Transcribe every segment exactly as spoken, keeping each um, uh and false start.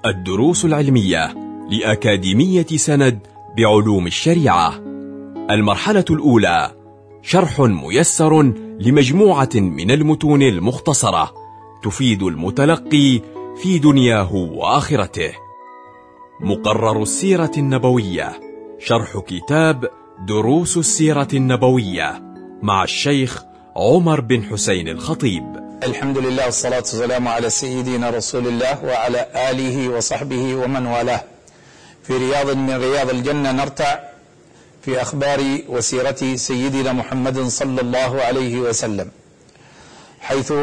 الدروس العلمية لأكاديمية سند بعلوم الشريعة. المرحلة الأولى: شرح ميسر لمجموعة من المتون المختصرة تفيد المتلقي في دنياه وآخرته. مقرر السيرة النبوية، شرح كتاب دروس السيرة النبوية مع الشيخ عمر بن حسين الخطيب. الحمد لله والصلاة والسلام على سيدنا رسول الله وعلى آله وصحبه ومن والاه. في رياض من رياض الجنة نرتع في أخبار وسيرة سيدنا محمد صلى الله عليه وسلم، حيث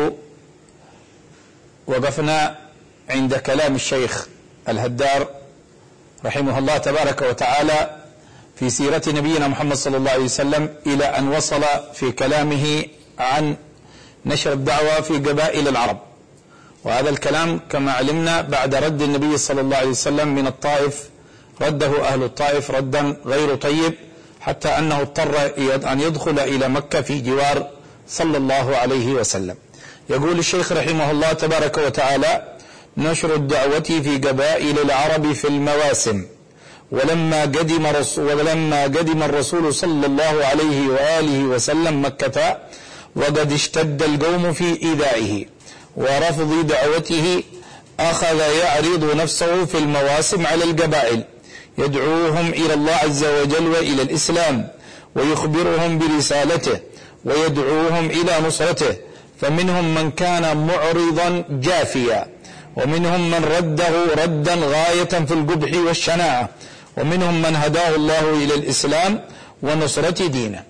وقفنا عند كلام الشيخ الهدار رحمه الله تبارك وتعالى في سيرة نبينا محمد صلى الله عليه وسلم، إلى أن وصل في كلامه عن نشر الدعوة في قبائل العرب. وهذا الكلام كما علمنا بعد رد النبي صلى الله عليه وسلم من الطائف، رده أهل الطائف ردا غير طيب، حتى أنه اضطر أن يدخل إلى مكة في جوار صلى الله عليه وسلم. يقول الشيخ رحمه الله تبارك وتعالى: نشر الدعوة في قبائل العرب في المواسم. ولما قدم, ولما قدم الرسول صلى الله عليه وآله وسلم مكة وقد اشتد القوم في إيذائه ورفض دعوته، أخذ يعرض نفسه في المواسم على القبائل، يدعوهم إلى الله عز وجل وإلى الإسلام، ويخبرهم برسالته، ويدعوهم إلى نصرته. فمنهم من كان معرضا جافيا، ومنهم من رده ردا غاية في القبح والشناعة، ومنهم من هداه الله إلى الإسلام ونصرة دينه.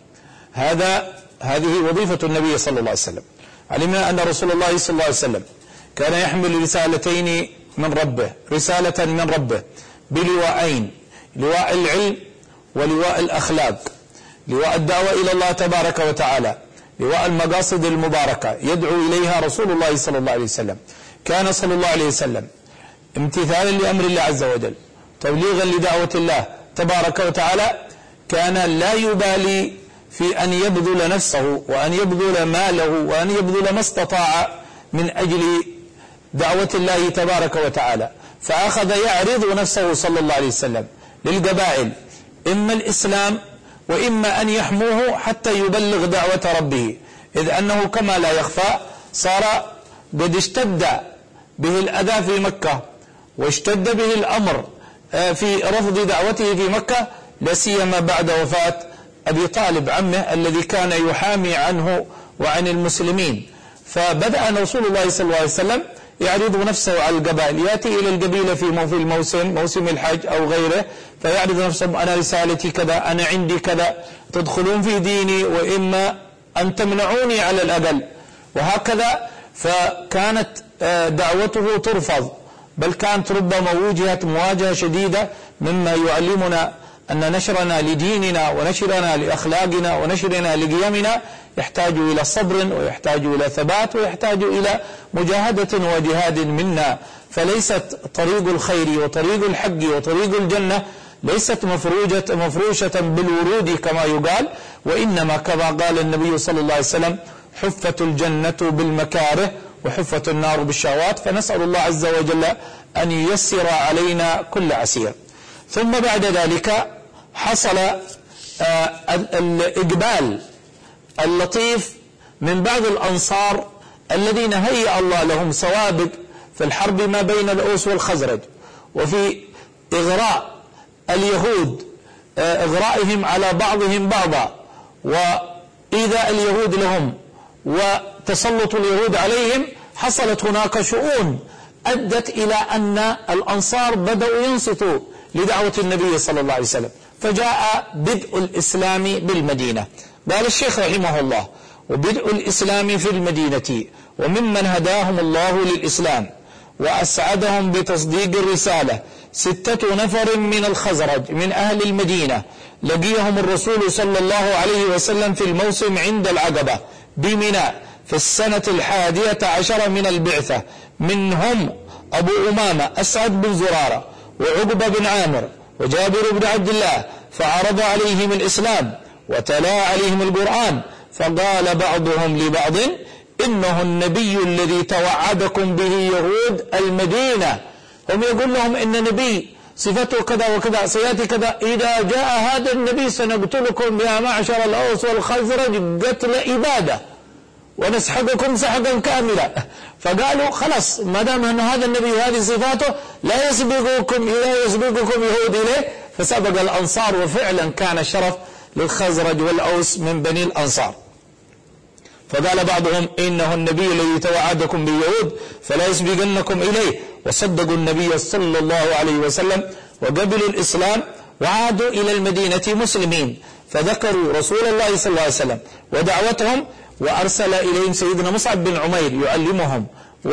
هذا هذه وظيفة النبي صلى الله عليه وسلم. علمنا أن رسول الله صلى الله عليه وسلم كان يحمل رسالتين من ربه، رسالة من ربه بلواءين: لواء العلم ولواء الأخلاق، لواء الدعوة إلى الله تبارك وتعالى، لواء المقاصد المباركة يدعو إليها رسول الله صلى الله عليه وسلم. كان صلى الله عليه وسلم امتثالا لأمر الله عز وجل، تبليغا لدعوة الله تبارك وتعالى، كان لا يبالي في أن يبذل نفسه وأن يبذل ماله وأن يبذل ما استطاع من أجل دعوة الله تبارك وتعالى. فأخذ يعرض نفسه صلى الله عليه وسلم للقبائل، إما الإسلام وإما أن يحموه حتى يبلغ دعوة ربه، إذ أنه كما لا يخفى صار قد اشتد به الأذى في مكة، واشتد به الأمر في رفض دعوته في مكة، لسيما بعد وفاة أبي طالب عمه الذي كان يحامي عنه وعن المسلمين. فبدأ رسول الله صلى الله عليه وسلم يعرض نفسه على القبائل، يأتي إلى القبيلة في الموسم موسم الحج أو غيره، فيعرض نفسه: أنا رسالتي كذا، أنا عندي كذا، تدخلون في ديني وإما أن تمنعوني على الأقل، وهكذا. فكانت دعوته ترفض، بل كانت ربما وجهت مواجهة شديدة، مما يعلمنا أن نشرنا لديننا ونشرنا لأخلاقنا ونشرنا لقيمنا يحتاج إلى صبر، ويحتاج إلى ثبات، ويحتاج إلى مجاهدة وجهاد منا. فليست طريق الخير وطريق الحق وطريق الجنة ليست مفروجة مفروشة بالورود كما يقال، وإنما كما قال النبي صلى الله عليه وسلم: حفت الجنة بالمكاره وحفت النار بالشهوات. فنسأل الله عز وجل أن ييسر علينا كل عسير. ثم بعد ذلك حصل الإقبال اللطيف من بعض الأنصار الذين هيأ الله لهم سوابق في الحرب ما بين الأوس والخزرج، وفي إغراء اليهود، إغرائهم على بعضهم بعضا، وإيذاء اليهود لهم وتسلط اليهود عليهم. حصلت هناك شؤون أدت إلى أن الأنصار بدأوا ينصتوا لدعوة النبي صلى الله عليه وسلم، فجاء بدء الإسلام بالمدينة. قال الشيخ رحمه الله: وبدء الإسلام في المدينة، وممن هداهم الله للإسلام وأسعدهم بتصديق الرسالة ستة نفر من الخزرج من أهل المدينة، لقيهم الرسول صلى الله عليه وسلم في الموسم عند العقبة بمنى في السنة الحادية عشر من البعثة. منهم أبو أمامة أسعد بن زرارة، وعقبة بن عامر، وجابر بن عبد الله، فعرض عليهم الإسلام وتلا عليهم القرآن. فقال بعضهم لبعض: إنه النبي الذي توعدكم به يهود المدينة، هم يقول لهم إن النبي صفته كذا وكذا سيأتي كذا، إذا جاء هذا النبي سنقتلكم يا معشر الأوس والخزرج قتل إبادة ونسحقكم سحقا كاملا. فقالوا خلاص ما دام أن هذا النبي هذه صفاته لا يسبقكم لا يسبقكم يهود إليه، فسبق الأنصار، وفعلا كان الشرف للخزرج والأوس من بني الأنصار. فقال بعضهم إنه النبي الذي توعدكم باليهود فلا يسبقنكم إليه، وصدقوا النبي صلى الله عليه وسلم وقبلوا الإسلام وعادوا إلى المدينة مسلمين، فذكروا رسول الله صلى الله عليه وسلم ودعوتهم، وأرسل إليهم سيدنا مصعب بن عمير يعلمهم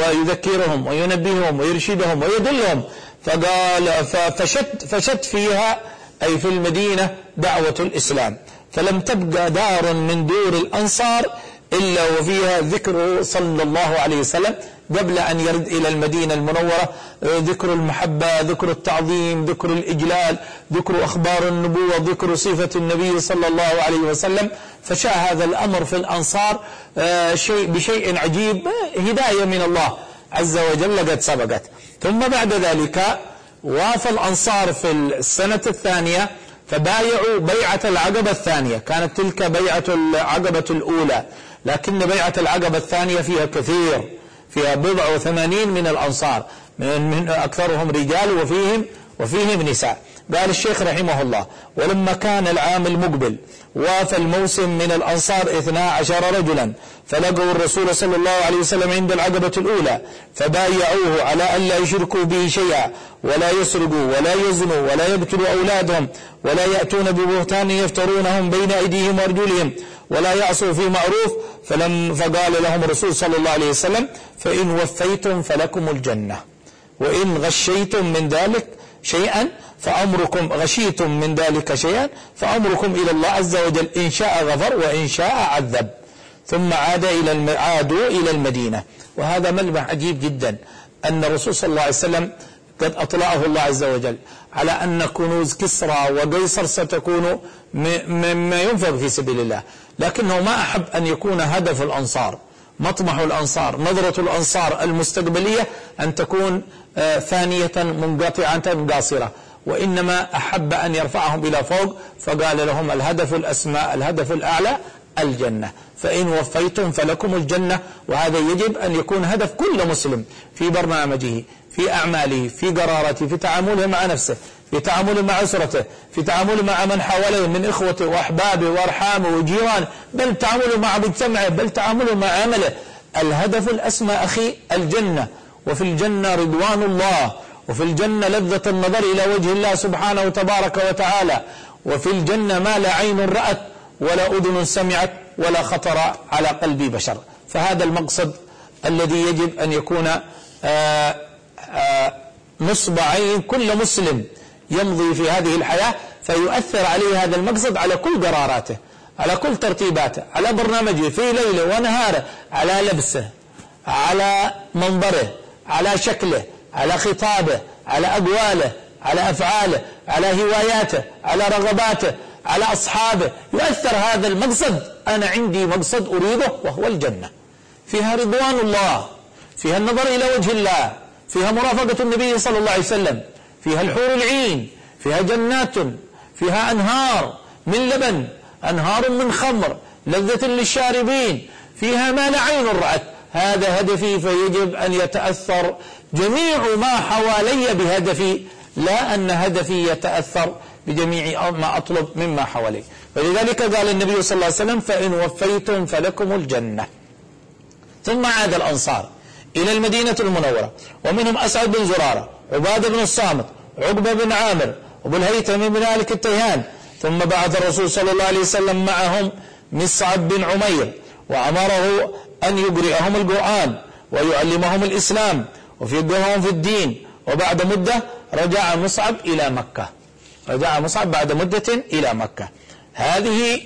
ويذكرهم وينبههم ويرشدهم ويدلهم. فقال فشت, فشت فيها أي في المدينة دعوة الإسلام، فلم تبقى دار من دور الأنصار إلا وفيها ذكره صلى الله عليه وسلم قبل أن يرد إلى المدينة المنورة، ذكر المحبة، ذكر التعظيم، ذكر الإجلال، ذكر أخبار النبوة، ذكر صفة النبي صلى الله عليه وسلم. فشاء هذا الأمر في الأنصار شيء بشيء عجيب، هداية من الله عز وجل قد سبقت. ثم بعد ذلك وافى الأنصار في السنة الثانية فبايعوا بيعة العقبة الثانية، كانت تلك بيعة العقبة الأولى، لكن بيعة العقبة الثانية فيها كثير، فيها بضع وثمانين من الأنصار، من أكثرهم رجال وفيهم وفيهم نساء. قال الشيخ رحمه الله: ولما كان العام المقبل وافى الموسم من الأنصار اثنا عشر رجلا، فلقوا الرسول صلى الله عليه وسلم عند العقبة الأولى فبايعوه على أن لا يشركوا به شيئا، ولا يسرقوا ولا يزنوا ولا يقتلوا أولادهم، ولا يأتون ببهتان يفترونهم بين أيديهم وأرجلهم، ولا يعصوا في معروف. فلم فقال لهم الرسول صلى الله عليه وسلم: فإن وفيتم فلكم الجنة، وإن غشيتم من ذلك شيئا فأمركم غشيتم من ذلك شيئا فأمركم إلى الله عز وجل، إن شاء غفر وإن شاء عذب. ثم عاد إلى عادوا إلى المدينة. وهذا ملمح عجيب جدا، أن الرسول صلى الله عليه وسلم قد أطلعه الله عز وجل على أن كنوز كسرى وقيصر ستكون مما ينفق في سبيل الله، لكنه ما أحب أن يكون هدف الأنصار، مطمح الأنصار، نظرة الأنصار المستقبلية أن تكون ثانية منقطعة قاصرة، وإنما أحب أن يرفعهم إلى فوق، فقال لهم: الهدف الأسمى الهدف الأعلى الجنة، فإن وفيتم فلكم الجنة. وهذا يجب أن يكون هدف كل مسلم في برنامجه، في أعماله، في قرارته، في تعامله مع نفسه، في تعامله مع أسرته، في تعامله مع من حواليه من إخوته وأحبابه وأرحامه وجيرانه، بل تعامله مع مجتمعه، بل تعامله مع عمله. الهدف الأسمى أخي الجنة، وفي الجنة رضوان الله، وفي الجنة لذة النظر إلى وجه الله سبحانه وتبارك وتعالى، وفي الجنة ما لا عين رأت ولا أذن سمعت ولا خطر على قلب بشر. فهذا المقصد الذي يجب أن يكون آآ آآ نصب عين كل مسلم يمضي في هذه الحياة، فيؤثر عليه هذا المقصد على كل قراراته، على كل ترتيباته، على برنامجه في ليله ونهاره، على لبسه، على منظره، على شكله، على خطابه، على أقواله، على أفعاله، على هواياته، على رغباته، على أصحابه. يؤثر هذا المقصد. أنا عندي مقصد أريده وهو الجنة، فيها رضوان الله، فيها النظر إلى وجه الله، فيها مرافقة النبي صلى الله عليه وسلم، فيها الحور العين، فيها جنات، فيها أنهار من لبن، أنهار من خمر لذة للشاربين، فيها ما لا عين رأت. هذا هدفي، فيجب أن يتأثر جميع ما حوالي بهدفي، لا أن هدفي يتأثر بجميع ما أطلب مما حوالي. فلذلك قال النبي صلى الله عليه وسلم: فإن وفيتم فلكم الجنة. ثم عاد الأنصار إلى المدينة المنورة، ومنهم أسعد بن زرارة، عبادة بن الصامت، عقبة بن عامر، وابو الهيثم بن مالك التيهان. ثم بعث الرسول صلى الله عليه وسلم معهم مصعب بن عمير، وأمره أن يقرئهم القرآن ويعلمهم الإسلام ويفقههم في الدين. وبعد مدة رجع مصعب إلى مكة، رجع مصعب بعد مدة إلى مكة. هذه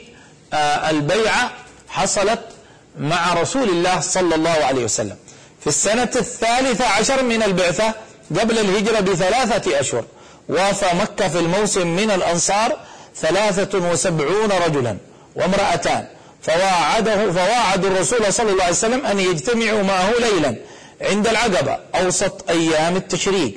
البيعة حصلت مع رسول الله صلى الله عليه وسلم في السنة الثالثة عشر من البعثة قبل الهجرة بثلاثة أشهر. وافى مكة في الموسم من الأنصار ثلاثة وسبعون رجلا وامرأتان، فواعده فواعدوا الرسول صلى الله عليه وسلم أن يجتمعوا معه ليلا عند العقبة أوسط أيام التشريق،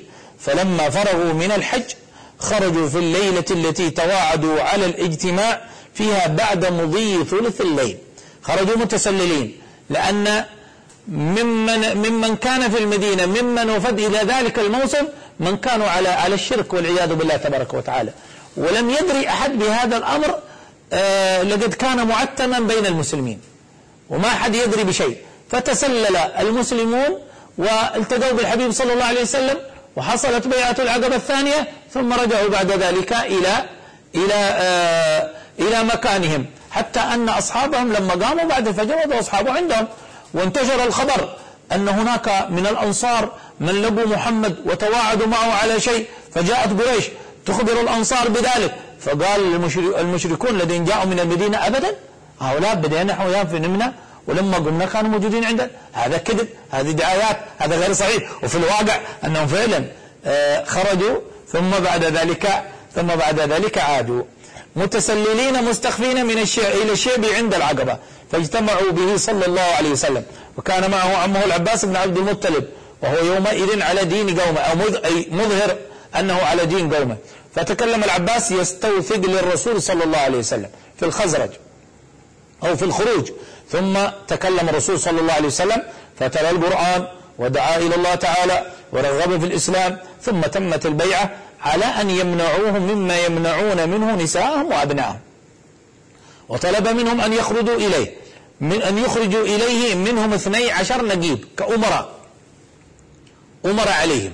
فلما فرغوا من الحج خرجوا في الليلة التي تواعدوا على الاجتماع فيها بعد مضي ثلث الليل. خرجوا متسللين، لأن ممن, ممن كان في المدينة ممن وفد إلى ذلك الموسم من كانوا على على الشرك والعياذ بالله تبارك وتعالى، ولم يدري أحد بهذا الأمر. آه لقد كان معتما بين المسلمين وما أحد يدري بشيء، فتسلل المسلمون والتقوا بالحبيب صلى الله عليه وسلم وحصلت بيعة العقبة الثانية، ثم رجعوا بعد ذلك إلى إلى آه إلى مكانهم، حتى أن أصحابهم لما قاموا بعد الفجر وضعوا أصحابه عندهم، وانتشر الخبر أن هناك من الأنصار من لقوا محمد وتواعدوا معه على شيء، فجاءت قريش تخبر الأنصار بذلك، فقال المشركون الذين جاءوا من المدينة أبدا هؤلاء بدينا نحن في نمنا ولما قمنا كانوا موجودين عندنا. هذا كذب، هذه دعايات، هذا غير صحيح. وفي الواقع أنهم فعلا خرجوا ثم بعد ذلك ثم بعد ذلك عادوا متسللين مستخفين من الشيء إلى الشيب عند العقبة، فاجتمعوا به صلى الله عليه وسلم، وكان معه عمه العباس بن عبد المطلب، وهو يومئذ على دين قومه، أو مظهر أنه على دين قومه. فتكلم العباس يستوثق للرسول صلى الله عليه وسلم في الخزرج أو في الخروج، ثم تكلم الرسول صلى الله عليه وسلم فتلا القرآن ودعا إلى الله تعالى ورغب في الإسلام، ثم تمت البيعة على أن يمنعوهم مما يمنعون منه نساءهم وأبنائهم، وطلب منهم أن يخرجوا إليه من أن يخرجوا إليه منهم اثني عشر نقيب كأمراء أمر عليهم،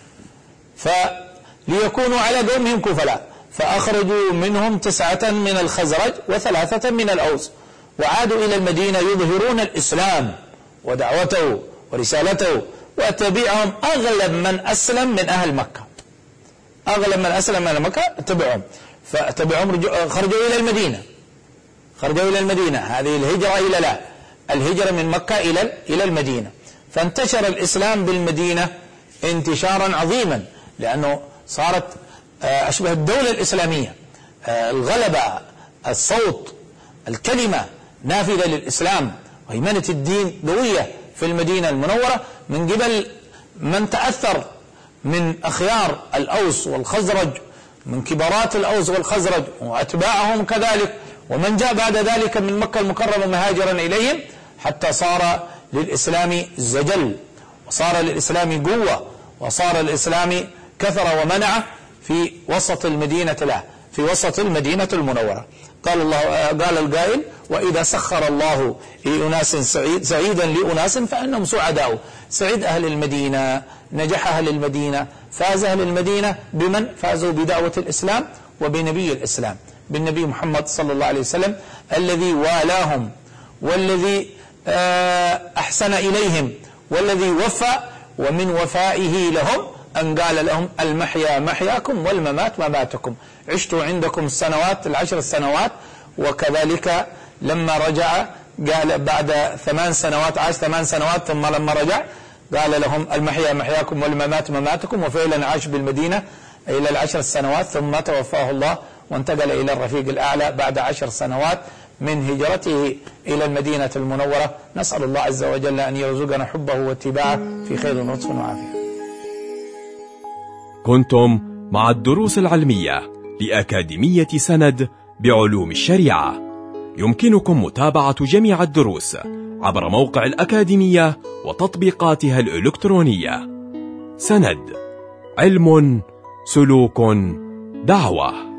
فليكونوا على قومهم كفلاء، فأخرجوا منهم تسعة من الخزرج وثلاثة من الأوس، وعادوا إلى المدينة يظهرون الإسلام ودعوته ورسالته، وتبعهم أغلب من أسلم من أهل مكة، أغلب من أسلم من أهل مكة تبعهم، فتبعهم خرجوا إلى المدينة خرجوا إلى المدينة هذه الهجرة إلى لا الهجرة من مكة إلى إلى المدينة، فانتشر الإسلام بالمدينة انتشارا عظيما، لأنه صارت أشبه الدولة الإسلامية، الغلبة، الصوت، الكلمة نافذة للإسلام، وهيمنة الدين قوية في المدينة المنورة من قبل من تأثر من أخيار الأوس والخزرج، من كبارات الأوس والخزرج وأتباعهم كذلك، ومن جاء بعد ذلك من مكة المكرمة مهاجرا إليهم، حتى صار للإسلام زجل، وصار للإسلام قوة، وصار الإسلام كثر ومنع في وسط المدينة له في وسط المدينة المنورة. قال الله قال القائل: وإذا سخر الله لأناس سعيد سعيدا لأناس فإنهم سعداء. سعيد أهل المدينة، نجح أهل المدينة، فاز أهل المدينة بمن فازوا بدعوة الإسلام وبنبي الإسلام، بالنبي محمد صلى الله عليه وسلم، الذي والاهم والذي أحسن إليهم والذي وفى، ومن وفائه لهم أن قال لهم: المحيا محياكم والممات مماتكم. عشت عندكم السنوات العشر السنوات، وكذلك لما رجع قال بعد ثمان سنوات عاش ثمان سنوات، ثم لما رجع قال لهم: المحيا محياكم والممات مماتكم. وفعلا عاش بالمدينة إلى العشر السنوات، ثم توفاه الله وانتقل إلى الرفيق الأعلى بعد عشر سنوات من هجرته إلى المدينة المنورة. نسأل الله عز وجل أن يرزقنا حبه واتباعه في خير ولطف وعافية. كنتم مع الدروس العلمية لأكاديمية سند بعلوم الشريعة. يمكنكم متابعة جميع الدروس عبر موقع الأكاديمية وتطبيقاتها الإلكترونية. سند، علم، سلوك، دعوة.